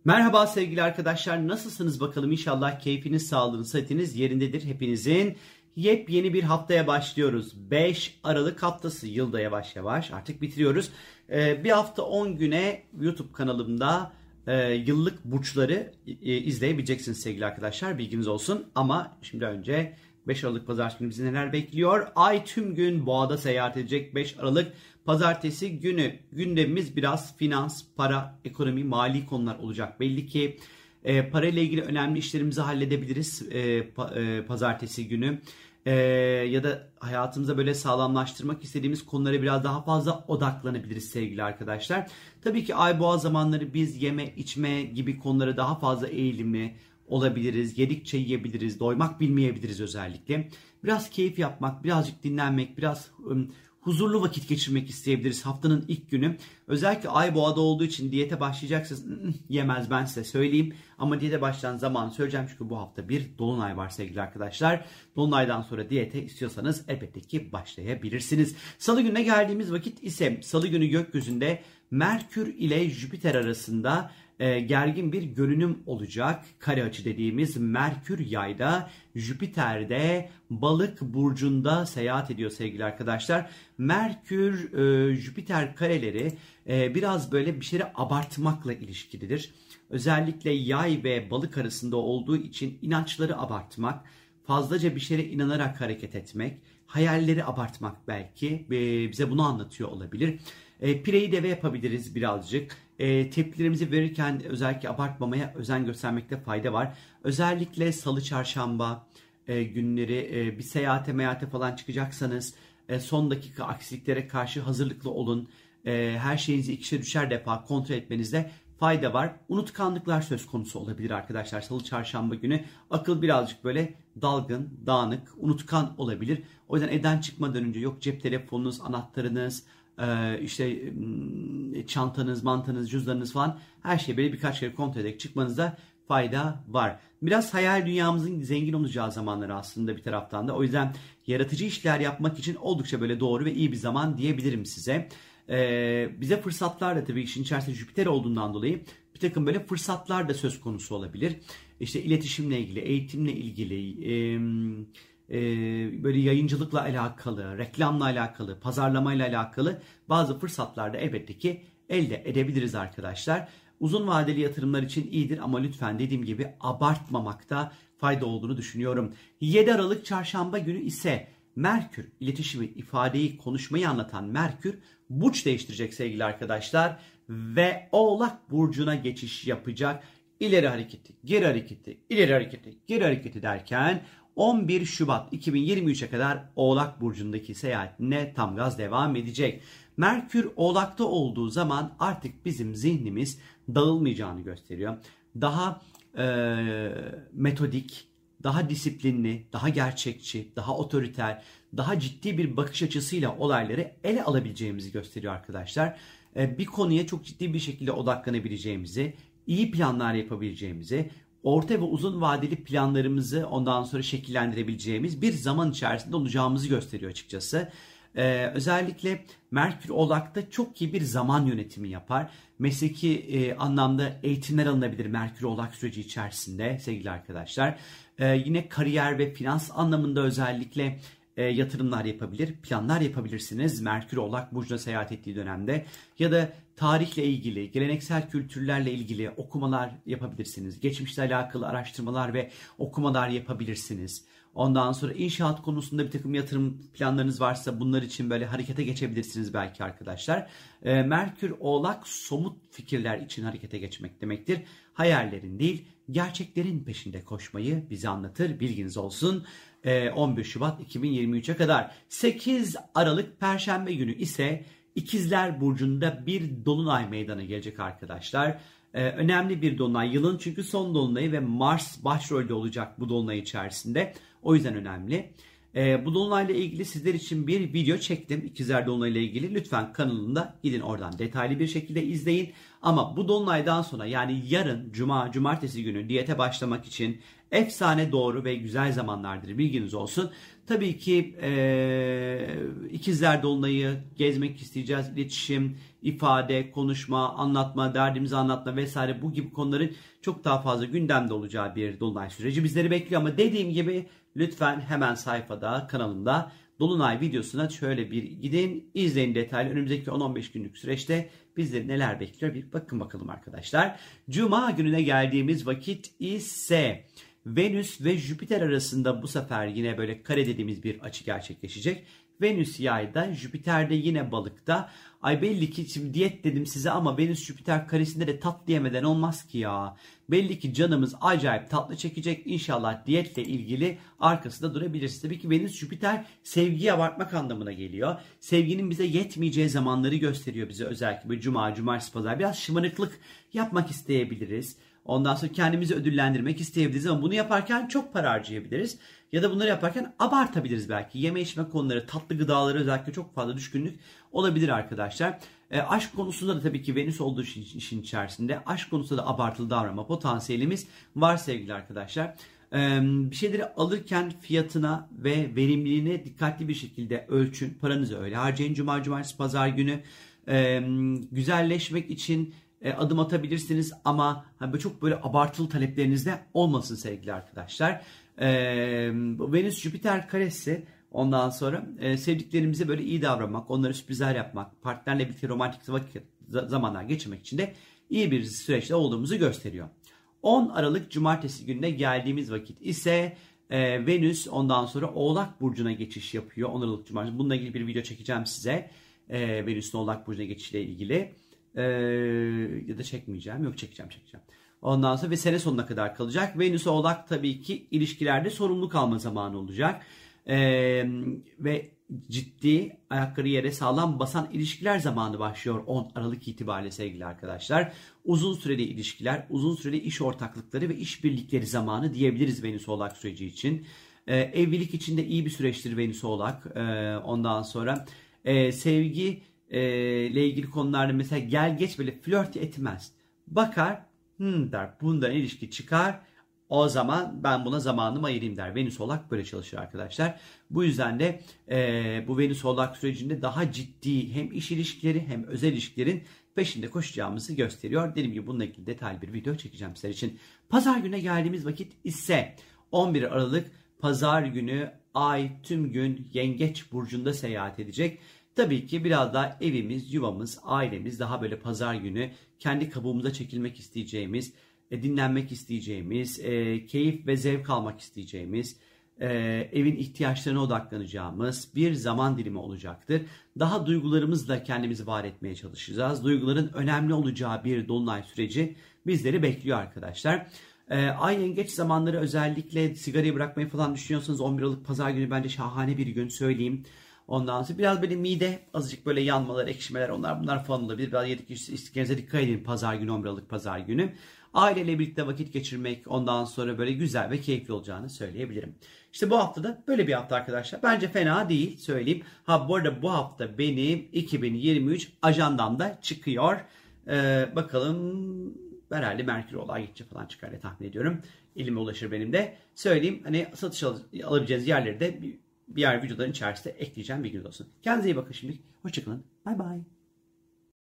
Merhaba sevgili arkadaşlar, nasılsınız bakalım? İnşallah keyfiniz, sağlığınız, sıhhatiniz yerindedir hepinizin. Yepyeni bir haftaya başlıyoruz. 5 Aralık haftası, yılda yavaş yavaş artık bitiriyoruz. Bir hafta 10 güne YouTube kanalımda yıllık burçları izleyebileceksiniz sevgili arkadaşlar, bilginiz olsun. Ama şimdi önce 5 Aralık Pazartesi günü bizi neler bekliyor? Ay tüm gün Boğa'da seyahat edecek. 5 Aralık Pazartesi günü gündemimiz biraz finans, para, ekonomi, mali konular olacak. Belli ki parayla ilgili önemli işlerimizi halledebiliriz Pazartesi günü. Ya da hayatımıza böyle sağlamlaştırmak istediğimiz konulara biraz daha fazla odaklanabiliriz sevgili arkadaşlar. Tabii ki Ay Boğa zamanları biz yeme, içme gibi konulara daha fazla eğilimli olabiliriz. Yedikçe yiyebiliriz. Doymak bilmeyebiliriz özellikle. Biraz keyif yapmak, birazcık dinlenmek, biraz huzurlu vakit geçirmek isteyebiliriz haftanın ilk günü. Özellikle Ay Boğa'da olduğu için diyete başlayacaksınız. Yemez, ben size söyleyeyim. Ama diyete başlayan zamanı söyleyeceğim çünkü bu hafta bir dolunay var sevgili arkadaşlar. Dolunaydan sonra diyete istiyorsanız elbette ki başlayabilirsiniz. Salı gününe geldiğimiz vakit ise salı günü gökyüzünde Merkür ile Jüpiter arasında gergin bir görünüm olacak. Kare açı dediğimiz Merkür yayda, Jüpiter'de Balık burcunda seyahat ediyor sevgili arkadaşlar. Merkür Jüpiter kareleri biraz böyle bir şeyleri abartmakla ilişkilidir. Özellikle yay ve balık arasında olduğu için inançları abartmak, fazlaca bir şeye inanarak hareket etmek, hayalleri abartmak belki bize bunu anlatıyor olabilir. Pireyi deve yapabiliriz birazcık. Tepkilerimizi verirken özellikle abartmamaya özen göstermekte fayda var. Özellikle salı, çarşamba günleri bir seyahate falan çıkacaksanız son dakika aksiliklere karşı hazırlıklı olun. Her şeyinizi ikişer üçer defa kontrol etmenizde fayda var. Unutkanlıklar söz konusu olabilir arkadaşlar. Salı, çarşamba günü akıl birazcık böyle dalgın, dağınık, unutkan olabilir. O yüzden evden çıkmadan önce yok cep telefonunuz, anahtarınız, işte çantanız, mantanız, cüzdanınız falan, her şeyi böyle birkaç kere kontrol ederek çıkmanızda fayda var. Biraz hayal dünyamızın zengin olacağı zamanlar aslında bir taraftan da. O yüzden yaratıcı işler yapmak için oldukça böyle doğru ve iyi bir zaman diyebilirim size. Bize fırsatlar da tabii işin içerisinde Jüpiter olduğundan dolayı bir takım böyle fırsatlar da söz konusu olabilir. İşte iletişimle ilgili, eğitimle ilgili, böyle yayıncılıkla alakalı, reklamla alakalı, pazarlamayla alakalı bazı fırsatlar da elbette ki elde edebiliriz arkadaşlar. Uzun vadeli yatırımlar için iyidir ama lütfen dediğim gibi abartmamakta fayda olduğunu düşünüyorum. 7 Aralık Çarşamba günü ise Merkür, iletişimi, ifadeyi, konuşmayı anlatan Merkür burç değiştirecek sevgili arkadaşlar ve Oğlak burcuna geçiş yapacak. İleri hareketi, geri hareketi, ileri hareketi, geri hareketi derken 11 Şubat 2023'e kadar Oğlak burcundaki seyahatine tam gaz devam edecek. Merkür Oğlak'ta olduğu zaman artık bizim zihnimiz dağılmayacağını gösteriyor. Daha metodik, daha disiplinli, daha gerçekçi, daha otoriter, daha ciddi bir bakış açısıyla olayları ele alabileceğimizi gösteriyor arkadaşlar. Bir konuya çok ciddi bir şekilde odaklanabileceğimizi, iyi planlar yapabileceğimizi, orta ve uzun vadeli planlarımızı ondan sonra şekillendirebileceğimiz bir zaman içerisinde olacağımızı gösteriyor açıkçası. Özellikle Merkür Oğlak'ta çok iyi bir zaman yönetimi yapar. Mesleki anlamda eğitimler alınabilir Merkür Oğlak süreci içerisinde sevgili arkadaşlar. Yine kariyer ve finans anlamında özellikle yatırımlar yapabilir, planlar yapabilirsiniz Merkür Oğlak burcuna seyahat ettiği dönemde. Ya da tarihle ilgili, geleneksel kültürlerle ilgili okumalar yapabilirsiniz. Geçmişle alakalı araştırmalar ve okumalar yapabilirsiniz. Ondan sonra inşaat konusunda bir takım yatırım planlarınız varsa bunlar için böyle harekete geçebilirsiniz belki arkadaşlar. Merkür Oğlak somut fikirler için harekete geçmek demektir. Hayallerin değil, gerçeklerin peşinde koşmayı bize anlatır. Bilginiz olsun. 11 Şubat 2023'e kadar 8 Aralık Perşembe günü ise İkizler Burcu'nda bir dolunay meydana gelecek arkadaşlar. Önemli bir dolunay. Yılın çünkü son dolunayı ve Mars başrolde olacak bu dolunay içerisinde. O yüzden önemli. Bu dolunayla ilgili sizler için bir video çektim. İkizler Dolunay'la ilgili. Lütfen kanalımda gidin oradan detaylı bir şekilde izleyin. Ama bu dolunaydan sonra yani yarın cumartesi günü diyete başlamak için efsane doğru ve güzel zamanlardır, bilginiz olsun. Tabii ki ikizler dolunayı gezmek isteyeceğiz. İletişim, ifade, konuşma, anlatma, derdimizi anlatma vesaire bu gibi konuların çok daha fazla gündemde olacağı bir dolunay süreci bizleri bekliyor. Ama dediğim gibi lütfen hemen sayfada, kanalımda dolunay videosuna şöyle bir gidin, izleyin detaylı. Önümüzdeki 10-15 günlük süreçte bizleri neler bekliyor bir bakın bakalım arkadaşlar. Cuma gününe geldiğimiz vakit ise Venüs ve Jüpiter arasında bu sefer yine böyle kare dediğimiz bir açı gerçekleşecek. Venüs yayda, Jüpiter de yine balıkta. Ay belli ki şimdi diyet dedim size ama Venüs Jüpiter karesinde de tatlı yemeden olmaz ki ya. Belli ki canımız acayip tatlı çekecek. İnşallah diyetle ilgili arkasında durabiliriz. Tabii ki Venüs Jüpiter sevgiyi abartmak anlamına geliyor. Sevginin bize yetmeyeceği zamanları gösteriyor bize, özellikle böyle cuma, cumartesi, pazar. Biraz şımarıklık yapmak isteyebiliriz. Ondan sonra kendimizi ödüllendirmek isteyebiliriz ama bunu yaparken çok para harcayabiliriz. Ya da bunları yaparken abartabiliriz belki. Yeme içme konuları, tatlı gıdaları özellikle çok fazla düşkünlük olabilir arkadaşlar. Aşk konusunda da tabii ki Venüs olduğu işin içerisinde aşk konusunda da abartılı davranma potansiyelimiz var sevgili arkadaşlar. Bir şeyleri alırken fiyatına ve verimliliğine dikkatli bir şekilde ölçün. Paranızı öyle harcayın. Cuma, cumartesi, pazar günü güzelleşmek için adım atabilirsiniz ama çok böyle abartılı talepleriniz de olmasın sevgili arkadaşlar. Venüs Jüpiter karesi, ondan sonra sevdiklerimize böyle iyi davranmak, onlara sürprizler yapmak, partnerle birlikte romantik zamanlar geçirmek için de iyi bir süreçte olduğumuzu gösteriyor. 10 Aralık Cumartesi gününe geldiğimiz vakit ise Venüs ondan sonra Oğlak Burcu'na geçiş yapıyor. 10 Aralık Cumartesi. Bununla ilgili bir video çekeceğim size. Venüs'ün Oğlak Burcu'na geçişiyle ilgili. Ya da çekmeyeceğim. Yok, çekeceğim. Ondan sonra ve sene sonuna kadar kalacak. Venüs Oğlak tabii ki ilişkilerde sorumluluk alma zamanı olacak. Ve ciddi, ayakları yere sağlam basan ilişkiler zamanı başlıyor 10 Aralık itibariyle sevgili arkadaşlar. Uzun süreli ilişkiler, uzun süreli iş ortaklıkları ve işbirlikleri zamanı diyebiliriz Venüs Oğlak süreci için. Evlilik için de iyi bir süreçtir Venüs Oğlak. Ondan sonra sevgi ile ilgili konularda mesela gel geç böyle flört etmez. Bakar, der, bundan ilişki çıkar. O zaman ben buna zamanımı ayırayım der. Venüs Oğlak böyle çalışır arkadaşlar. Bu yüzden de bu Venüs Oğlak sürecinde daha ciddi hem iş ilişkileri hem özel ilişkilerin peşinde koşacağımızı gösteriyor. Dediğim gibi bununla ilgili detaylı bir video çekeceğim sizler için. Pazar gününe geldiğimiz vakit ise 11 Aralık Pazar günü Ay tüm gün Yengeç Burcu'nda seyahat edecek. Tabii ki biraz daha evimiz, yuvamız, ailemiz daha böyle pazar günü kendi kabuğumuza çekilmek isteyeceğimiz, dinlenmek isteyeceğimiz, keyif ve zevk almak isteyeceğimiz, evin ihtiyaçlarına odaklanacağımız bir zaman dilimi olacaktır. Daha duygularımızla kendimizi var etmeye çalışacağız. Duyguların önemli olacağı bir dolunay süreci bizleri bekliyor arkadaşlar. Ay yengeç zamanları, özellikle sigarayı bırakmayı falan düşünüyorsanız 11 Aralık Pazar günü bence şahane bir gün, söyleyeyim. Ondan sonra biraz böyle mide, azıcık böyle yanmalar, ekşimeler, bunlar falan olabilir. Biraz yedik içtiklerinize dikkat edin pazar günü, 11 Aralık Pazar günü. Aileyle birlikte vakit geçirmek ondan sonra böyle güzel ve keyifli olacağını söyleyebilirim. İşte bu hafta da böyle bir hafta arkadaşlar. Bence fena değil, söyleyeyim. Bu arada bu hafta benim 2023 ajandamda çıkıyor. Bakalım, herhalde Merkür Oğlak'a geçecek falan çıkar diye tahmin ediyorum. Elime ulaşır benim de. Söyleyeyim, hani satış alabileceğiniz yerleri de bir yer videoların içerisinde ekleyeceğim, bilginiz olsun. Kendinize iyi bakın şimdilik. Hoşçakalın. Bye bye.